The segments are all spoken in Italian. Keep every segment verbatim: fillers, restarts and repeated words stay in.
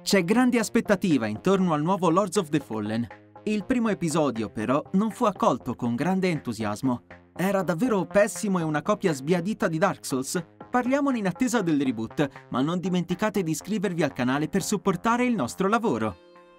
C'è grande aspettativa intorno al nuovo Lords of the Fallen. Il primo episodio, però, non fu accolto con grande entusiasmo. Era davvero pessimo e una copia sbiadita di Dark Souls? Parliamone in attesa del reboot, ma non dimenticate di iscrivervi al canale per supportare il nostro lavoro.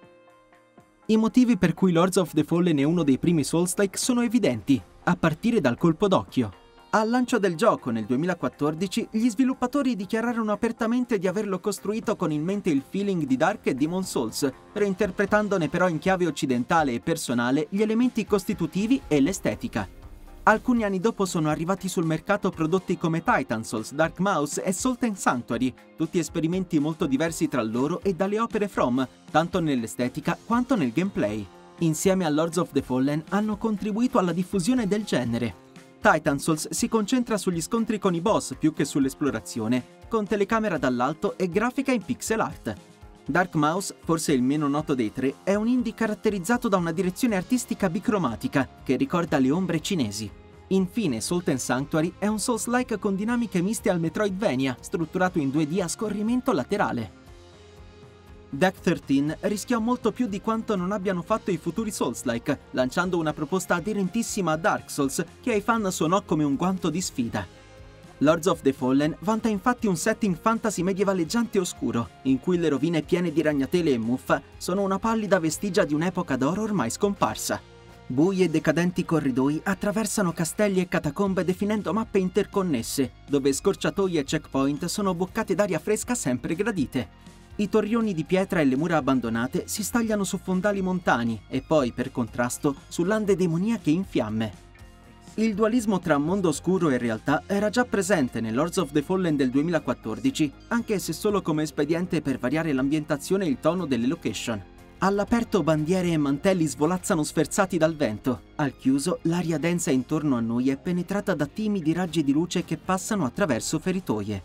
I motivi per cui Lords of the Fallen è uno dei primi Souls-like sono evidenti, a partire dal colpo d'occhio. Al lancio del gioco nel duemilaquattordici, gli sviluppatori dichiararono apertamente di averlo costruito con in mente il feeling di Dark e Demon Souls, reinterpretandone però in chiave occidentale e personale gli elementi costitutivi e l'estetica. Alcuni anni dopo sono arrivati sul mercato prodotti come Titan Souls, Dark Mouse e Salt and Sanctuary, tutti esperimenti molto diversi tra loro e dalle opere From, tanto nell'estetica quanto nel gameplay. Insieme a Lords of the Fallen hanno contribuito alla diffusione del genere. Titan Souls si concentra sugli scontri con i boss più che sull'esplorazione, con telecamera dall'alto e grafica in pixel art. Dark Mouse, forse il meno noto dei tre, è un indie caratterizzato da una direzione artistica bicromatica che ricorda le ombre cinesi. Infine, Salt and Sanctuary è un Souls-like con dinamiche miste al Metroidvania, strutturato in due D a scorrimento laterale. Deck tredici rischiò molto più di quanto non abbiano fatto i futuri Souls-like, lanciando una proposta aderentissima a Dark Souls che ai fan suonò come un guanto di sfida. Lords of the Fallen vanta infatti un setting fantasy medievaleggiante oscuro, in cui le rovine piene di ragnatele e muffa sono una pallida vestigia di un'epoca d'oro ormai scomparsa. Bui e decadenti corridoi attraversano castelli e catacombe definendo mappe interconnesse, dove scorciatoie e checkpoint sono boccate d'aria fresca sempre gradite. I torrioni di pietra e le mura abbandonate si stagliano su fondali montani e poi, per contrasto, su lande demoniache in fiamme. Il dualismo tra mondo oscuro e realtà era già presente nel Lords of the Fallen del duemilaquattordici, anche se solo come espediente per variare l'ambientazione e il tono delle location. All'aperto bandiere e mantelli svolazzano sferzati dal vento, al chiuso l'aria densa intorno a noi è penetrata da timidi raggi di luce che passano attraverso feritoie.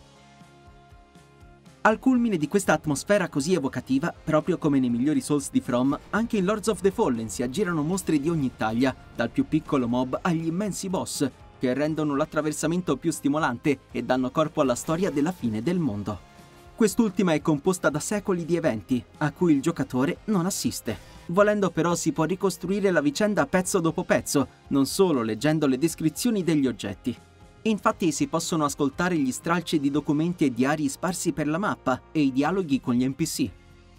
Al culmine di questa atmosfera così evocativa, proprio come nei migliori Souls di From, anche in Lords of the Fallen si aggirano mostri di ogni taglia, dal più piccolo mob agli immensi boss, che rendono l'attraversamento più stimolante e danno corpo alla storia della fine del mondo. Quest'ultima è composta da secoli di eventi, a cui il giocatore non assiste. Volendo però si può ricostruire la vicenda pezzo dopo pezzo, non solo leggendo le descrizioni degli oggetti. Infatti si possono ascoltare gli stralci di documenti e diari sparsi per la mappa e i dialoghi con gli N P C.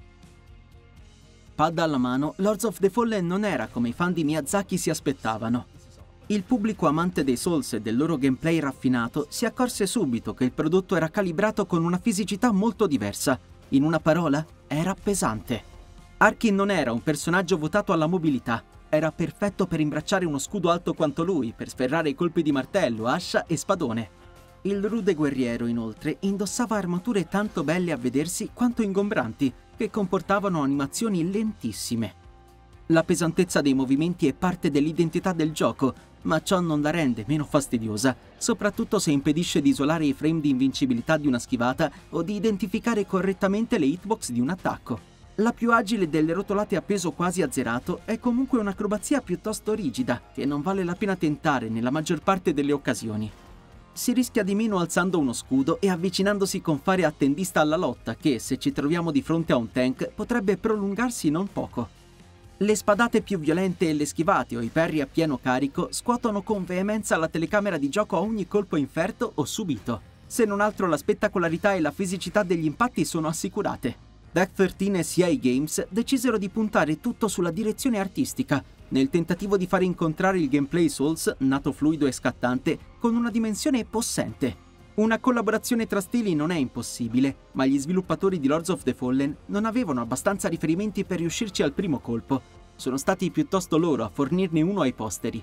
Pad alla mano, Lords of the Fallen non era come i fan di Miyazaki si aspettavano. Il pubblico amante dei Souls e del loro gameplay raffinato si accorse subito che il prodotto era calibrato con una fisicità molto diversa. In una parola, era pesante. Arkin non era un personaggio votato alla mobilità. Era perfetto per imbracciare uno scudo alto quanto lui, per sferrare i colpi di martello, ascia e spadone. Il rude guerriero, inoltre, indossava armature tanto belle a vedersi quanto ingombranti, che comportavano animazioni lentissime. La pesantezza dei movimenti è parte dell'identità del gioco, ma ciò non la rende meno fastidiosa, soprattutto se impedisce di isolare i frame di invincibilità di una schivata o di identificare correttamente le hitbox di un attacco. La più agile delle rotolate a peso quasi azzerato è comunque un'acrobazia piuttosto rigida, che non vale la pena tentare nella maggior parte delle occasioni. Si rischia di meno alzando uno scudo e avvicinandosi con fare attendista alla lotta che, se ci troviamo di fronte a un tank, potrebbe prolungarsi non poco. Le spadate più violente e le schivate o i perri a pieno carico scuotono con veemenza la telecamera di gioco a ogni colpo inferto o subito. Se non altro la spettacolarità e la fisicità degli impatti sono assicurate. Deck tredici e C I Games decisero di puntare tutto sulla direzione artistica, nel tentativo di fare incontrare il gameplay Souls, nato fluido e scattante, con una dimensione possente. Una collaborazione tra stili non è impossibile, ma gli sviluppatori di Lords of the Fallen non avevano abbastanza riferimenti per riuscirci al primo colpo. Sono stati piuttosto loro a fornirne uno ai posteri.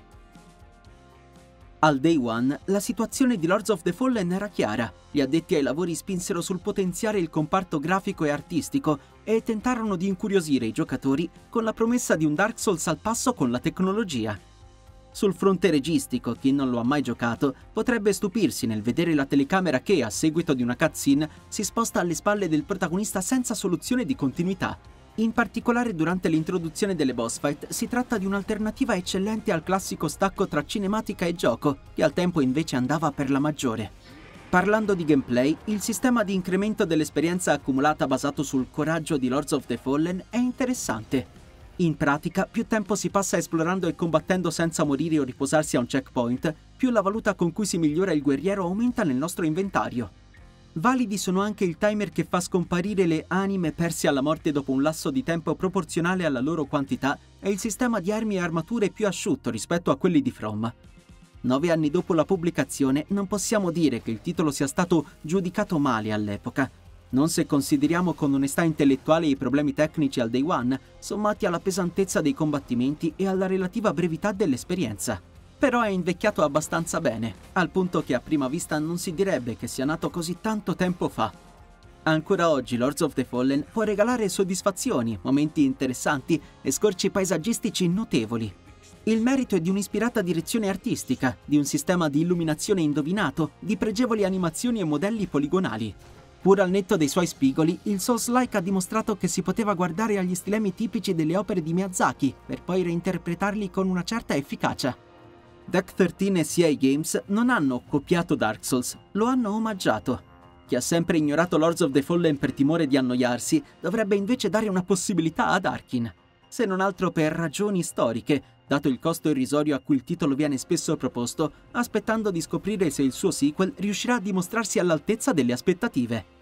Al day one, la situazione di Lords of the Fallen era chiara. Gli addetti ai lavori spinsero sul potenziare il comparto grafico e artistico e tentarono di incuriosire i giocatori con la promessa di un Dark Souls al passo con la tecnologia. Sul fronte registico, chi non lo ha mai giocato potrebbe stupirsi nel vedere la telecamera che, a seguito di una cutscene, si sposta alle spalle del protagonista senza soluzione di continuità. In particolare durante l'introduzione delle boss fight si tratta di un'alternativa eccellente al classico stacco tra cinematica e gioco, che al tempo invece andava per la maggiore. Parlando di gameplay, il sistema di incremento dell'esperienza accumulata basato sul coraggio di Lords of the Fallen è interessante. In pratica, più tempo si passa esplorando e combattendo senza morire o riposarsi a un checkpoint, più la valuta con cui si migliora il guerriero aumenta nel nostro inventario. Validi sono anche il timer che fa scomparire le anime perse alla morte dopo un lasso di tempo proporzionale alla loro quantità e il sistema di armi e armature più asciutto rispetto a quelli di From. Nove anni dopo la pubblicazione non possiamo dire che il titolo sia stato giudicato male all'epoca, non se consideriamo con onestà intellettuale i problemi tecnici al day one, sommati alla pesantezza dei combattimenti e alla relativa brevità dell'esperienza. Però è invecchiato abbastanza bene, al punto che a prima vista non si direbbe che sia nato così tanto tempo fa. Ancora oggi Lords of the Fallen può regalare soddisfazioni, momenti interessanti e scorci paesaggistici notevoli. Il merito è di un'ispirata direzione artistica, di un sistema di illuminazione indovinato, di pregevoli animazioni e modelli poligonali. Pur al netto dei suoi spigoli, il Souls-like ha dimostrato che si poteva guardare agli stilemi tipici delle opere di Miyazaki, per poi reinterpretarli con una certa efficacia. Deck tredici e C I Games non hanno copiato Dark Souls, lo hanno omaggiato. Chi ha sempre ignorato Lords of the Fallen per timore di annoiarsi, dovrebbe invece dare una possibilità ad Arkin. Se non altro per ragioni storiche, dato il costo irrisorio a cui il titolo viene spesso proposto, aspettando di scoprire se il suo sequel riuscirà a dimostrarsi all'altezza delle aspettative.